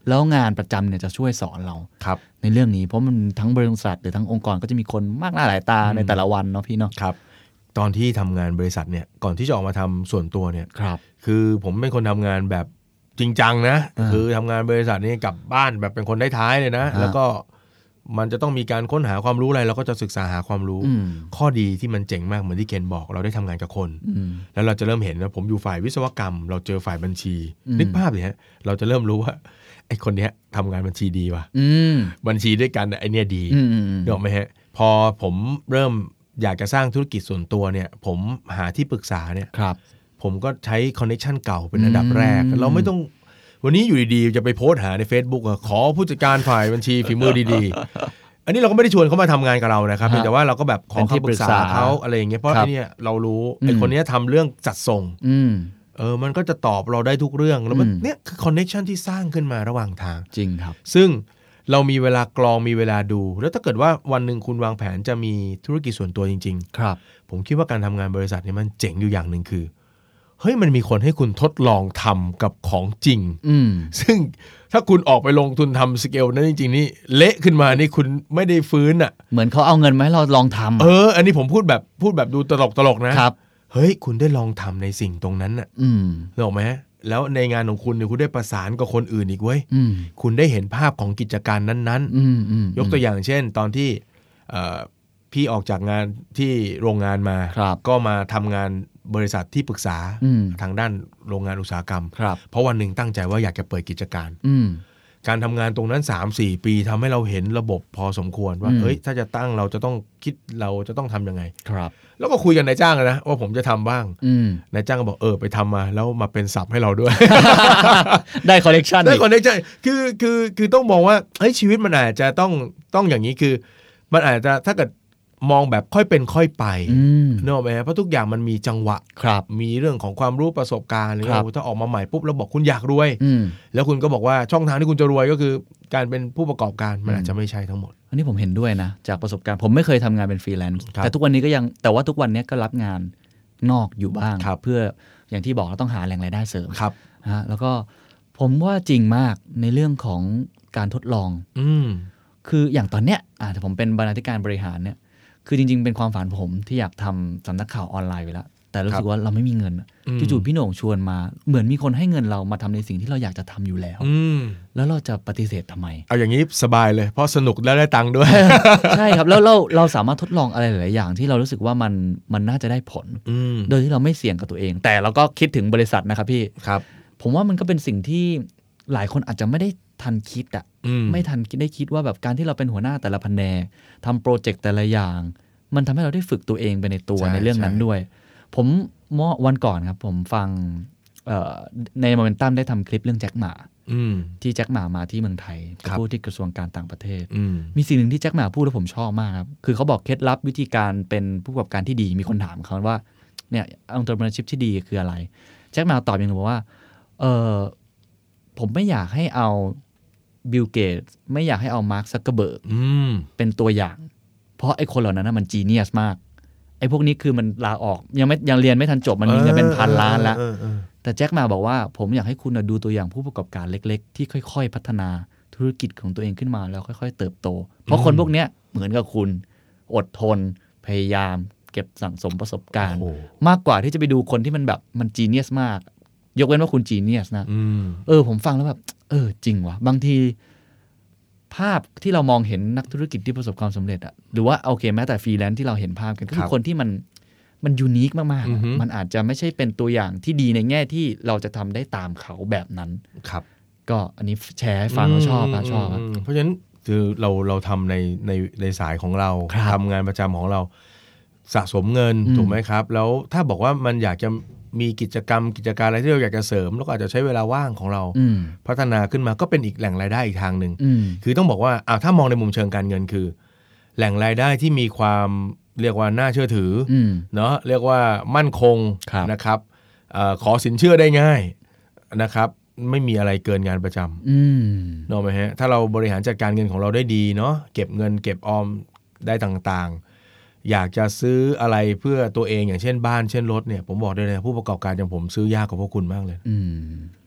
แล้วงานประจำเนี่ยจะช่วยสอนเราในเรื่องนี้เพราะมันทั้งบริษัทหรือทั้งองค์กรก็จะมีคนมากหน้าหลายตาในแต่ละวันเนาะพี่เนาะครับตอนที่ทำงานบริษัทเนี่ยก่อนที่จะออกมาทำส่วนตัวเนี่ยครับคือผมเป็นคนทำงานแบบจริงจังนะคือทำงานบริษัทนี่กลับบ้านแบบเป็นคนได้ท้ายเลยนะแล้วก็มันจะต้องมีการค้นหาความรู้อะไรเราก็จะศึกษาหาความรู้ข้อดีที่มันเจ๋งมากเหมือนที่เคนบอกเราได้ทำงานกับคนแล้วเราจะเริ่มเห็นว่าผมอยู่ฝ่ายวิศวกรรมเราเจอฝ่ายบัญชีนึกภาพเลยฮะเราจะเริ่มรู้ว่าไอ้คนเนี้ยทำงานบัญชีดีว่ะบัญชีด้วยกันไอ้เนี่ยดีนึกออกไหมฮะพอผมเริ่มอยากจะสร้างธุรกิจส่วนตัวเนี่ยผมหาที่ปรึกษาเนี่ยผมก็ใช้คอนเนคชั่นเก่าเป็นอันดับแรกเราไม่ต้องวันนี้อยู่ดีๆจะไปโพสต์หาใน Facebook อ่ะขอผู้จัดการฝ่ายบัญชีฝีมือดีๆอันนี้เราก็ไม่ได้ชวนเขามาทำงานกับเรานะครับแต่ว่าเราก็แบบขอคำปรึกษาเขาอะไรอย่างเงี้ยเพราะไอ้นี่เรารู้ไอ้คนนี้ทำเรื่องจัดส่งเออมันก็จะตอบเราได้ทุกเรื่องแล้วมันเนี่ยคือคอนเนคชั่นที่สร้างขึ้นมาระหว่างทางจริงครับซึ่งเรามีเวลากรองมีเวลาดูแล้วถ้าเกิดว่าวันหนึ่งคุณวางแผนจะมีธุรกิจส่วนตัวจริงๆครับผมคิดว่าการทำงานบริษัทนี่มันเจ๋งอยู่อย่างหนึ่งคือเฮ้ยมันมีคนให้คุณทดลองทำกับของจริงซึ่งถ้าคุณออกไปลงทุนทำสเกลนั้นจริงๆนี่เละขึ้นมานี่คุณไม่ได้ฟื้นอ่ะเหมือนเขาเอาเงินมาให้เราลองทำเอออันนี้ผมพูดแบบพูดแบบดูตลกตลกนะครับเฮ้ยคุณได้ลองทำในสิ่งตรงนั้นอ่ะรู้ไหมแล้วในงานของคุณเนี่ยคุณได้ประสานกับคนอื่นอีกเว้ยคุณได้เห็นภาพของกิจการนั้นๆยกตัวอย่างเช่นตอนที่พี่ออกจากงานที่โรงงานมาก็มาทำงานบริษัทที่ปรึกษาทางด้านโรงงานอุตสาหกรรมเพราะวันหนึ่งตั้งใจว่าอยากจะเปิดกิจการการทำงานตรงนั้น สามสี่ ปีทำให้เราเห็นระบบพอสมควรว่าเฮ้ยถ้าจะตั้งเราจะต้องคิดเราจะต้องทำยังไงแล้วก็คุยกันนายจ้างนะว่าผมจะทำบ้างนายจ้างก็บอกเออไปทำมาแล้วมาเป็นศัพท์ให้เราด้วยได้คอนเนคชั่นได้คอนเนคชั่นคือคือคือต้องมองว่าเฮ้ยชีวิตมันอาจจะต้องต้องอย่างนี้คือมันอาจจะถ้าเกิดมองแบบค่อยเป็นค่อยไปเนอะไหมเพราะทุกอย่างมันมีจังหวะมีเรื่องของความรู้ประสบการณ์อะไรเงี้ยถ้าออกมาใหม่ปุ๊บเราบอกคุณอยากรวยแล้วคุณก็บอกว่าช่องทางที่คุณจะรวยก็คือการเป็นผู้ประกอบการมันอาจจะไม่ใช่ทั้งหมดอันนี้ผมเห็นด้วยนะจากประสบการณ์ผมไม่เคยทำงานเป็นฟรีแลนซ์แต่ทุกวันนี้ก็ยังแต่ว่าทุกวันนี้ก็รับงานนอกอยู่บ้างเพื่ออย่างที่บอกเราต้องหาแหล่งรายได้เสริมนะแล้วก็ผมว่าจริงมากในเรื่องของการทดลองคืออย่างตอนเนี้ยแต่ผมเป็นบรรณาธิการบริหารเนี่ยคือจริงๆเป็นความฝันผมที่อยากทำสำนักข่าวออนไลน์ไปแล้วแต่รู้สึกว่าเราไม่มีเงินจู่ๆพี่โหน่งชวนมาเหมือนมีคนให้เงินเรามาทำในสิ่งที่เราอยากจะทำอยู่แล้วแล้วเราจะปฏิเสธทำไมเอาอย่างนี้สบายเลยเพราะสนุกและได้ตังค์ด้วยใช่ครับแล้วเราเราสามารถทดลองอะไรหลายๆอย่างที่เรารู้สึกว่ามันมันน่าจะได้ผลโดยที่เราไม่เสี่ยงกับตัวเองแต่เราก็คิดถึงบริษัทนะครับพี่ครับผมว่ามันก็เป็นสิ่งที่หลายคนอาจจะไม่ได้ทันคิดอ่ะไม่ทันได้คิดว่าแบบการที่เราเป็นหัวหน้าแต่ละแผนกทำโปรเจกต์แต่ละอย่างมันทำให้เราได้ฝึกตัวเองไปในตัวในเรื่องนั้นด้วยผมเมื่อวันก่อนครับผมฟังในโมเมนตัมได้ทำคลิปเรื่องแจ็คหม่าที่แจ็คหม่ามาที่เมืองไทยพูดที่กระทรวงการต่างประเทศมีสิ่งหนึ่งที่แจ็คหม่าพูดแล้วผมชอบมากครับคือเขาบอกเคล็ดลับวิธีการเป็นผู้ประกอบการที่ดีมีคนถามเขาว่าเนี่ย entrepreneurship ที่ดีคืออะไรแจ็คหม่าตอบอย่างนึงบอกว่าเออผมไม่อยากให้เอาบิลเกตส์ไม่อยากให้เอามาร์คซักเกอร์เบิร์กเป็นตัวอย่างเพราะไอ้คนเหล่านั้นนะมันจีเนียสมากไอ้พวกนี้คือมันลาออกยังไม่ยังเรียนไม่ทันจบมันมีเงินเป็นพันล้านแล้วแต่แจ็คมาบอกว่าผมอยากให้คุณดูตัวอย่างผู้ประกอบการเล็กๆที่ค่อยๆพัฒนาธุรกิจของตัวเองขึ้นมาแล้วค่อยๆเติบโตเพราะคนพวกนี้เหมือนกับคุณอดทนพยายามเก็บสั่งสมประสบการณ์มากกว่าที่จะไปดูคนที่มันแบบมันจีเนียสมากยกเว้นว่าคุณจีเนียสนะเออผมฟังแล้วแบบเออจริงว่ะบางทีภาพที่เรามองเห็นนักธุรกิจที่ประสบความสำเร็จอะหรือว่าโอเคแม้แต่ฟรีแลนซ์ที่เราเห็นภาพกันก็คือคนที่มันมันยูนิคมากๆมันอาจจะไม่ใช่เป็นตัวอย่างที่ดีในแง่ที่เราจะทำได้ตามเขาแบบนั้นครับก็อันนี้แชร์ให้ฟังแล้วชอบนะชอบเพราะฉะนั้นคือเราเราทำในในในสายของเราทำงานประจำของเราสะสมเงินถูกไหมครับแล้วถ้าบอกว่ามันอยากจะมีกิจกรรมกิจการอะไรที่เราอยากจะเสริมแล้วก็อาจจะใช้เวลาว่างของเราพัฒนาขึ้นมาก็เป็นอีกแหล่งรายได้อีกทางหนึ่งคือต้องบอกว่าอ่าถ้ามองในมุมเชิงการเงินคือแหล่งรายได้ที่มีความเรียกว่าน่าเชื่อถือเนาะเรียกว่ามั่นคงนะครับอขอสินเชื่อได้ง่ายนะครับไม่มีอะไรเกินงานประจำเนาะไหมฮะถ้าเราบริหารจัดการเงินของเราได้ดีเนาะเก็บเงินเก็บออมได้ต่างๆอยากจะซื้ออะไรเพื่อตัวเองอย่างเช่นบ้านเช่นรถเนี่ยผมบอกได้เลยผู้ประกอบการอย่างผมซื้อยากกว่าพวกคุณมากเลยจ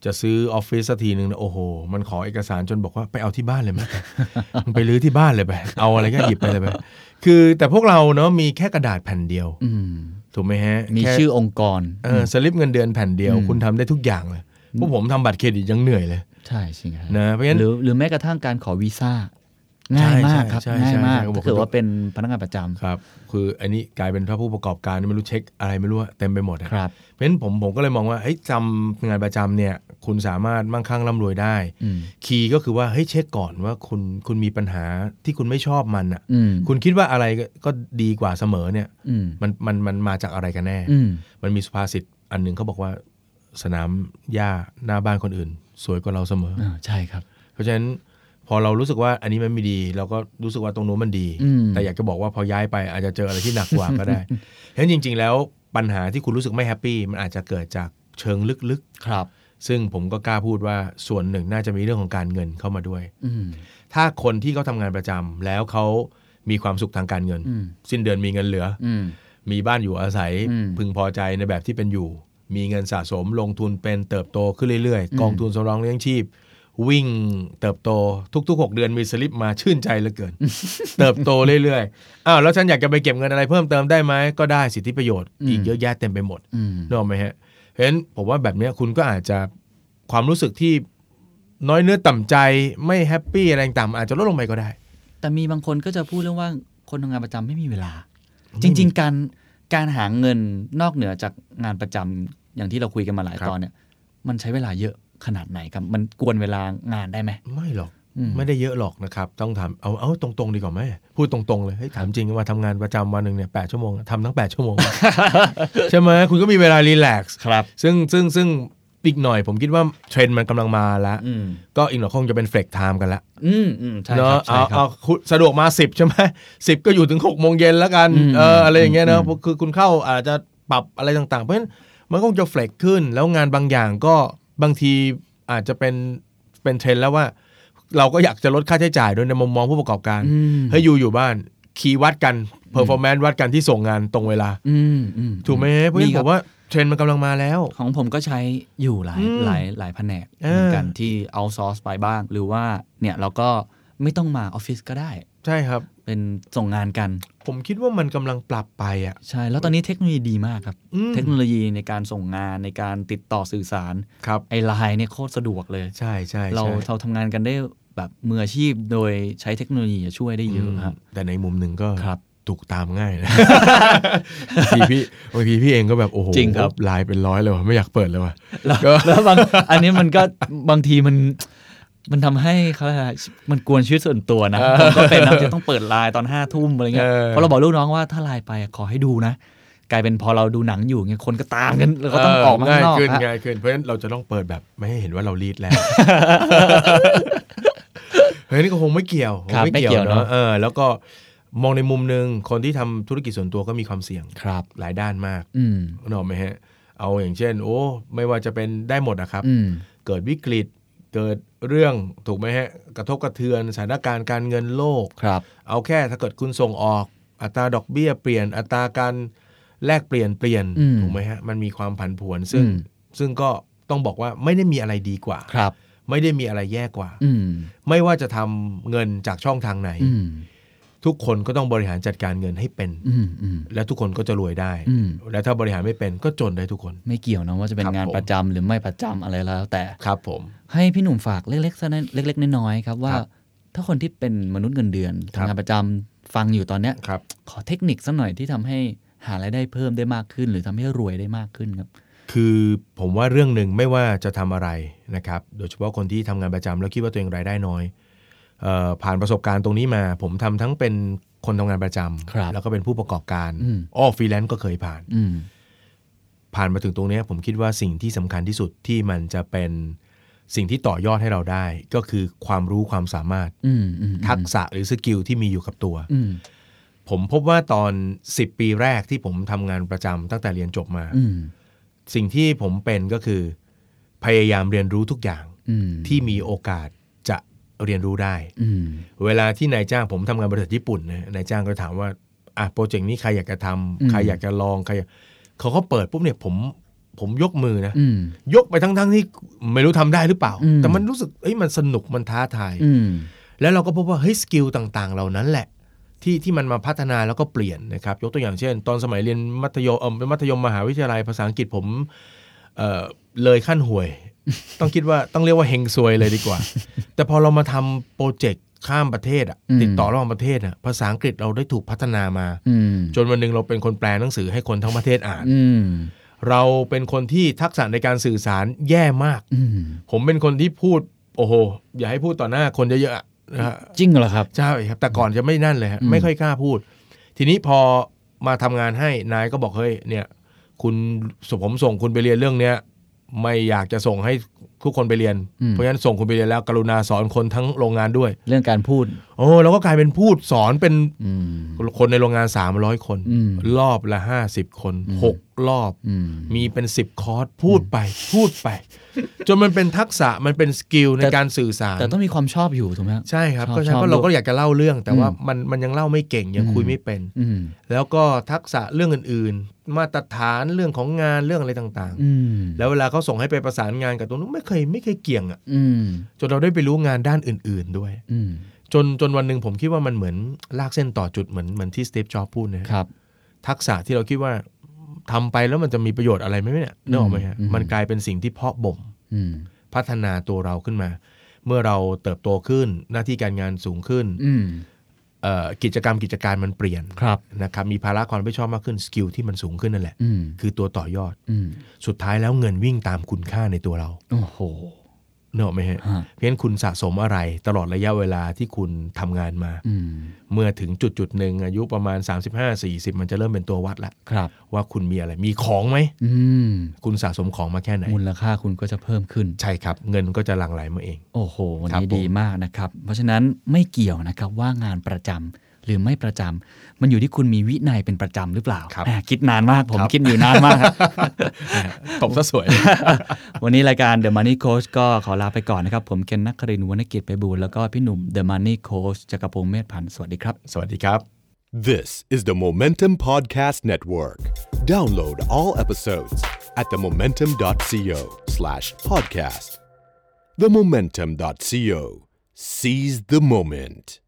จะซื้อออฟฟิศสักทีนึงนะโอ้โหมันขอเอกสารจนบอกว่าไปเอาที่บ้านเลยไหม มึงไปรื้อที่บ้านเลยไปเอาอะไรก็หยิบไปเลยไปคือแต่พวกเราเนาะมีแค่กระดาษแผ่นเดียวถูกไหมฮะมีชื่อองค์กรเออสลิปเงินเดือนแผ่นเดียวคุณทำได้ทุกอย่างเลยพวกผมทำบัตรเครดิตยังเหนื่อยเลยใช่ใช่ครับนะเพราะฉะนั้นหรือหรือแม้กระทั่งการขอวีซ่าง่ายมากครับง่ายมากถ้าเกิดว่าเป็นพนักงานประจำครับคืออันนี้กลายเป็นถ้าผู้ประกอบการไม่รู้เช็คอะไรไม่รู้เต็มไปหมดครับเพราะฉะนั้นผมผมก็เลยมองว่าเฮ้ยจำงานประจำเนี่ยคุณสามารถมั่งคั่งร่ำรวยได้คีย์ก็คือว่าเฮ้ยเช็คก่อนว่าคุณคุณมีปัญหาที่คุณไม่ชอบมันอ่ะคุณคิดว่าอะไรก็ดีกว่าเสมอเนี่ยมันมันมันมาจากอะไรกันแน่มันมีสุภาษิตอันหนึ่งเขาบอกว่าสนามหญ้าหน้าบ้านคนอื่นสวยกว่าเราเสมอใช่ครับเพราะฉะนั้นพอเรารู้สึกว่าอันนี้มันไม่ดีเราก็รู้สึกว่าตรงโน้นมันดีแต่อยากจะบอกว่าพอย้ายไปอาจจะเจออะไรที่หนักกว่าก็ได้เพราะฉะนั้นจริงๆแล้วปัญหาที่คุณรู้สึกไม่แฮปปี้มันอาจจะเกิดจากเชิงลึกๆครับซึ่งผมก็กล้าพูดว่าส่วนหนึ่งน่าจะมีเรื่องของการเงินเข้ามาด้วยถ้าคนที่เขาทำงานประจำแล้วเขามีความสุขทางการเงินสิ้นเดือนมีเงินเหลือมีบ้านอยู่อาศัยพึงพอใจในแบบที่เป็นอยู่มีเงินสะสมลงทุนเป็นเติบโตขึ้นเรื่อยๆกองทุนสำรองเลี้ยงชีพวิ่งเติบโตทุกๆหกเดือนมีสลิปมาชื่นใจเหลือเกิน เติบโตเรื่อยๆอ้าวแล้วฉันอยากจะไปเก็บเงินอะไรเพิ่มเติมได้ไหมก็ได้สิทธิประโยชน์อีกเยอะแยะเต็มไปหมดนึกออกไหมฮะเพราะฉะนั้นผมว่าแบบนี้คุณก็อาจจะความรู้สึกที่น้อยเนื้อต่ำใจไม่แฮปปี้อะไรต่างๆอาจจะลดลงไปก็ได้แต่มีบางคนก็จะพูดเรื่องว่าคนทำงานประจำไม่มีเวลาจริงๆการการหาเงินนอกเหนือจากงานประจำอย่างที่เราคุยกันมาหลายตอนเนี่ยมันใช้เวลาเยอะขนาดไหนครับมันกวนเวลางานได้ไหมไม่หรอกไม่ได้เยอะหรอกนะครับต้องทำเอาเอาตรงๆดีกว่าไหมพูดตรงๆเลยให้ถามจริงว่าทำงานประจำวันหนึ่งเนี่ยแปดชั่วโมงทำทั้งแปดชั่วโมง ใช่ไหมคุณก็มีเวลารีแลกซ์ครับซึ่งซึ่งซึ่งอีกหน่อยผมคิดว่าเทรนด์มันกำลังมาแล้วก็อีกหน่อยคงจะเป็นเฟลกไทม์กันละอืมอืมใช่ครับเอาเอาสะดวกมาสิบใช่ไหมสิบก็อยู่ถึงหกโมงเย็นแล้วกันเอออะไรอย่างเงี้ยนะคือคุณเข้าอาจจะปรับอะไรต่างๆเพราะฉะนั้นมันคงจะเฟลกขึ้นแล้วงานบางอย่างก็บางทีอาจจะเป็นเป็นเทรนด์แล้วว่าเราก็อยากจะลดค่าใช้จ่ายโดยในมุมมองผู้ประกอบการให้อยู่อยู่บ้านคีย์วัดกันเพอร์ฟอร์แมนซ์วัดกันที่ส่งงานตรงเวลาถูกไหมเพราะฉะนั้นผมว่าเทรนด์มันกำลังมาแล้วของผมก็ใช้อยู่หลายหลายหลายแผนกเหมือนกันที่เอาซอร์สไปบ้างหรือว่าเนี่ยเราก็ไม่ต้องมาออฟฟิศก็ได้ใช่ครับเป็นส่งงานกันผมคิดว่ามันกำลังปรับไปอ่ะใช่แล้วตอนนี้เทคโนโลยีดีมากครับเทคโนโลยีในการส่งงานในการติดต่อสื่อสารครับไอไลน์เนี่ยโคตรสะดวกเลยใช่ใช่เราเราทำงานกันได้แบบมืออาชีพโดยใช้เทคโนโลยีช่วยได้เยอะครับแต่ในมุมหนึ่งก็ถูกตามง่ายนะพี่พี่บางทีพี่เองก็แบบโอ้โหจริงครับไลน์เป็นร้อยเลยว่ะไม่อยากเปิดเลยว่ะแล้วบางอันนี้มันก็บางทีมันมันทำให้เขาอะไรมันกวนชีวิตส่วนตัวนะผมก็เป็นนะจะต้องเปิดไลน์ตอนห้าทุ่มอะไรเงี้ยเพราะเราบอกลูกน้องว่าถ้าไลน์ไปขอให้ดูนะกลายเป็นพอเราดูหนังอยู่เงี้ยคนก็ตามกันเราก็ต้องออกมาข้างนอกง่ายขึ้นง่ายขึ้นเพราะฉะนั้นเราจะต้องเปิดแบบไม่ให้เห็นว่าเรารีดแล้วเฮ้ยนี่ก็คงไม่เกี่ยวไม่เกี่ยวเนาะเออแล้วก็มองในมุมนึงคนที่ทำธุรกิจส่วนตัวก็มีความเสี่ยงหลายด้านมากนึกออกไหมฮะเอาอย่างเช่นโอ้ไม่ว่าจะเป็นได้หมดอะครับเกิดวิกฤตเกิดเรื่องถูกไหมฮะกระทบกระเทือนสถานการณ์การเงินโลกเอาแค่ถ้าเกิดคุณส่งออกอัตราดอกเบี้ยเปลี่ยนอัตราการแลกเปลี่ยนเปลี่ยนถูกไหมฮะมันมีความผันผวนซึ่งซึ่งก็ต้องบอกว่าไม่ได้มีอะไรดีกว่าไม่ได้มีอะไรแย่กว่าไม่ว่าจะทำเงินจากช่องทางไหนทุกคนก็ต้องบริหารจัดการเงินให้เป็นและทุกคนก็จะรวยได้และถ้าบริหารไม่เป็นก็จนได้ทุกคนไม่เกี่ยวนะว่าจะเป็นงานประจำหรือไม่ประจำอะไรแล้วแต่ครับผมให้พี่หนุ่มฝากเล็กๆเล็กๆน้อยๆครับว่าถ้าคนที่เป็นมนุษย์เงินเดือนทำงานประจำฟังอยู่ตอนเนี้ยขอเทคนิคสักหน่อยที่ทำให้หารายได้เพิ่มได้มากขึ้นหรือทำให้รวยได้มากขึ้นครับคือผมว่าเรื่องหนึ่งไม่ว่าจะทำอะไรนะครับโดยเฉพาะคนที่ทำงานประจำแล้วคิดว่าตัวเองรายได้น้อยผ่านประสบการณ์ตรงนี้มาผมทำทั้งเป็นคนทำงานประจำแล้วก็เป็นผู้ประกอบการอ้อฟรีแลนซ์ก็เคยผ่านผ่านมาถึงตรงนี้ผมคิดว่าสิ่งที่สำคัญที่สุดที่มันจะเป็นสิ่งที่ต่อยอดให้เราได้ก็คือความรู้ความสามารถทักษะหรือสกิลที่มีอยู่กับตัวผมพบว่าตอนสิบปีแรกที่ผมทำงานประจำตั้งแต่เรียนจบมาสิ่งที่ผมเป็นก็คือพยายามเรียนรู้ทุกอย่างที่มีโอกาสจะเรียนรู้ได้เวลาที่นายจ้างผมทำงานบริษัทญี่ปุ่นนะนายจ้างก็ถามว่าอ่ะโปรเจกต์นี้ใครอยากจะทำใครอยากจะลองใครเขาก็เปิดปุ๊บเนี่ยผมผมยกมือนะยกไปทั้งๆที่ไม่รู้ทำได้หรือเปล่าแต่มันรู้สึกเอ้ยมันสนุกมันท้าทายแล้วเราก็พบว่าเฮ้ยสกิลต่างๆเหล่านั้นแหละที่ที่มันมาพัฒนาแล้วก็เปลี่ยนนะครับยกตัวอย่างเช่นตอนสมัยเรียนมัธยมเออมัธยมมหาวิทยาลัยภาษาอังกฤษผมเอ่อเลยขั้นห่วย ต้องคิดว่าต้องเรียกว่าเฮงซวยเลยดีกว่า แต่พอเรามาทำโปรเจกต์ข้ามประเทศอ่ะติดต่อระหว่างประเทศอ่ะภาษาอังกฤษเราได้ถูกพัฒนามาจนวันหนึ่งเราเป็นคนแปลหนังสือให้คนทั้งประเทศอ่านเราเป็นคนที่ทักษะในการสื่อสารแย่มากผมเป็นคนที่พูดโอ้โหอย่าให้พูดต่อหน้าคนเยอะๆจริงเหรอครับใช่ครับแต่ก่อนจะไม่นั่นเลยฮะไม่ค่อยกล้าพูดทีนี้พอมาทำงานให้นายก็บอกเฮ้ยเนี่ยคุณผมส่งคุณไปเรียนเรื่องเนี้ยไม่อยากจะส่งให้ทุกคนไปเรียนเพราะฉะนั้นส่งคุณไปเรียนแล้วกรุณาสอนคนทั้งโรงงานด้วยเรื่องการพูดโอ้เราก็กลายเป็นพูดสอนเป็นคนในโรงงานสามร้อยคนรอบละห้าสิบคนหกรอบมีเป็นสิบคอร์สพูดไปพูดไปจนมันเป็นทักษะมันเป็นสกิลในการสื่อสารแต่ต้องมีความชอบอยู่ถูกไหมใช่ครับก็ใช่เพราะเราก็อยากจะเล่าเรื่องแต่ว่ามันมันยังเล่าไม่เก่งยังคุยไม่เป็นแล้วก็ทักษะเรื่องอื่นๆมาตรฐานเรื่องของงานเรื่องอะไรต่างๆแล้วเวลาเขาส่งให้ไปประสานงานกับตรงนู้นไม่เคยไม่เคยเกี่ยงอ่ะจนเราได้ไปรู้งานด้านอื่นๆด้วยจนจนวันหนึ่งผมคิดว่ามันเหมือนลากเส้นต่อจุดเหมือนเหมือนที่สตีฟจ็อบส์พูดนะครับทักษะที่เราคิดว่าทำไปแล้วมันจะมีประโยชน์อะไรไหมเนี่ยนึกออกไหมฮะมันกลายเป็นสิ่งที่เพาะบ่มพัฒนาตัวเราขึ้นมาเมื่อเราเติบโตขึ้นหน้าที่การงานสูงขึ้นกิจกรรมกิจการมันเปลี่ยนนะครับมีภาระความรับผิดชอบมากขึ้นสกิลที่มันสูงขึ้นนั่นแหละคือตัวต่อยอดสุดท้ายแล้วเงินวิ่งตามคุณค่าในตัวเราโอ้โหเนอะไหมฮะเพราะฉะนั้นคุณสะสมอะไรตลอดระยะเวลาที่คุณทำงานมาเมื่อถึงจุดจุดหนึ่งอายุประมาณ สามสิบห้าถึงสี่สิบ มันจะเริ่มเป็นตัววัดละว่าคุณมีอะไรมีของไหมคุณสะสมของมาแค่ไหนมูลค่าคุณก็จะเพิ่มขึ้นใช่ครับเงินก็จะหลั่งไหลมาเองโอ้โหวันนี้ดีมากนะครับเพราะฉะนั้นไม่เกี่ยวนะครับว่างานประจำหรือไม่ประจำมันอยู่ที่คุณมีวินัยเป็นประจำหรือเปล่าคิดนานมากผมคิดอยู่นานมากผมซะสวยวันนี้รายการ The Money Coach ก็ขอลาไปก่อนนะครับผมเคนนักครินทร์วรรณกิจไพบูลย์แล้วก็พี่หนุ่ม The Money Coach จักรพงษ์เมธพันธ์สวัสดีครับสวัสดีครับ This is the Momentum Podcast Network. Download all episodes at the momentum dot co slash podcast. the momentum dot co. Seize the moment.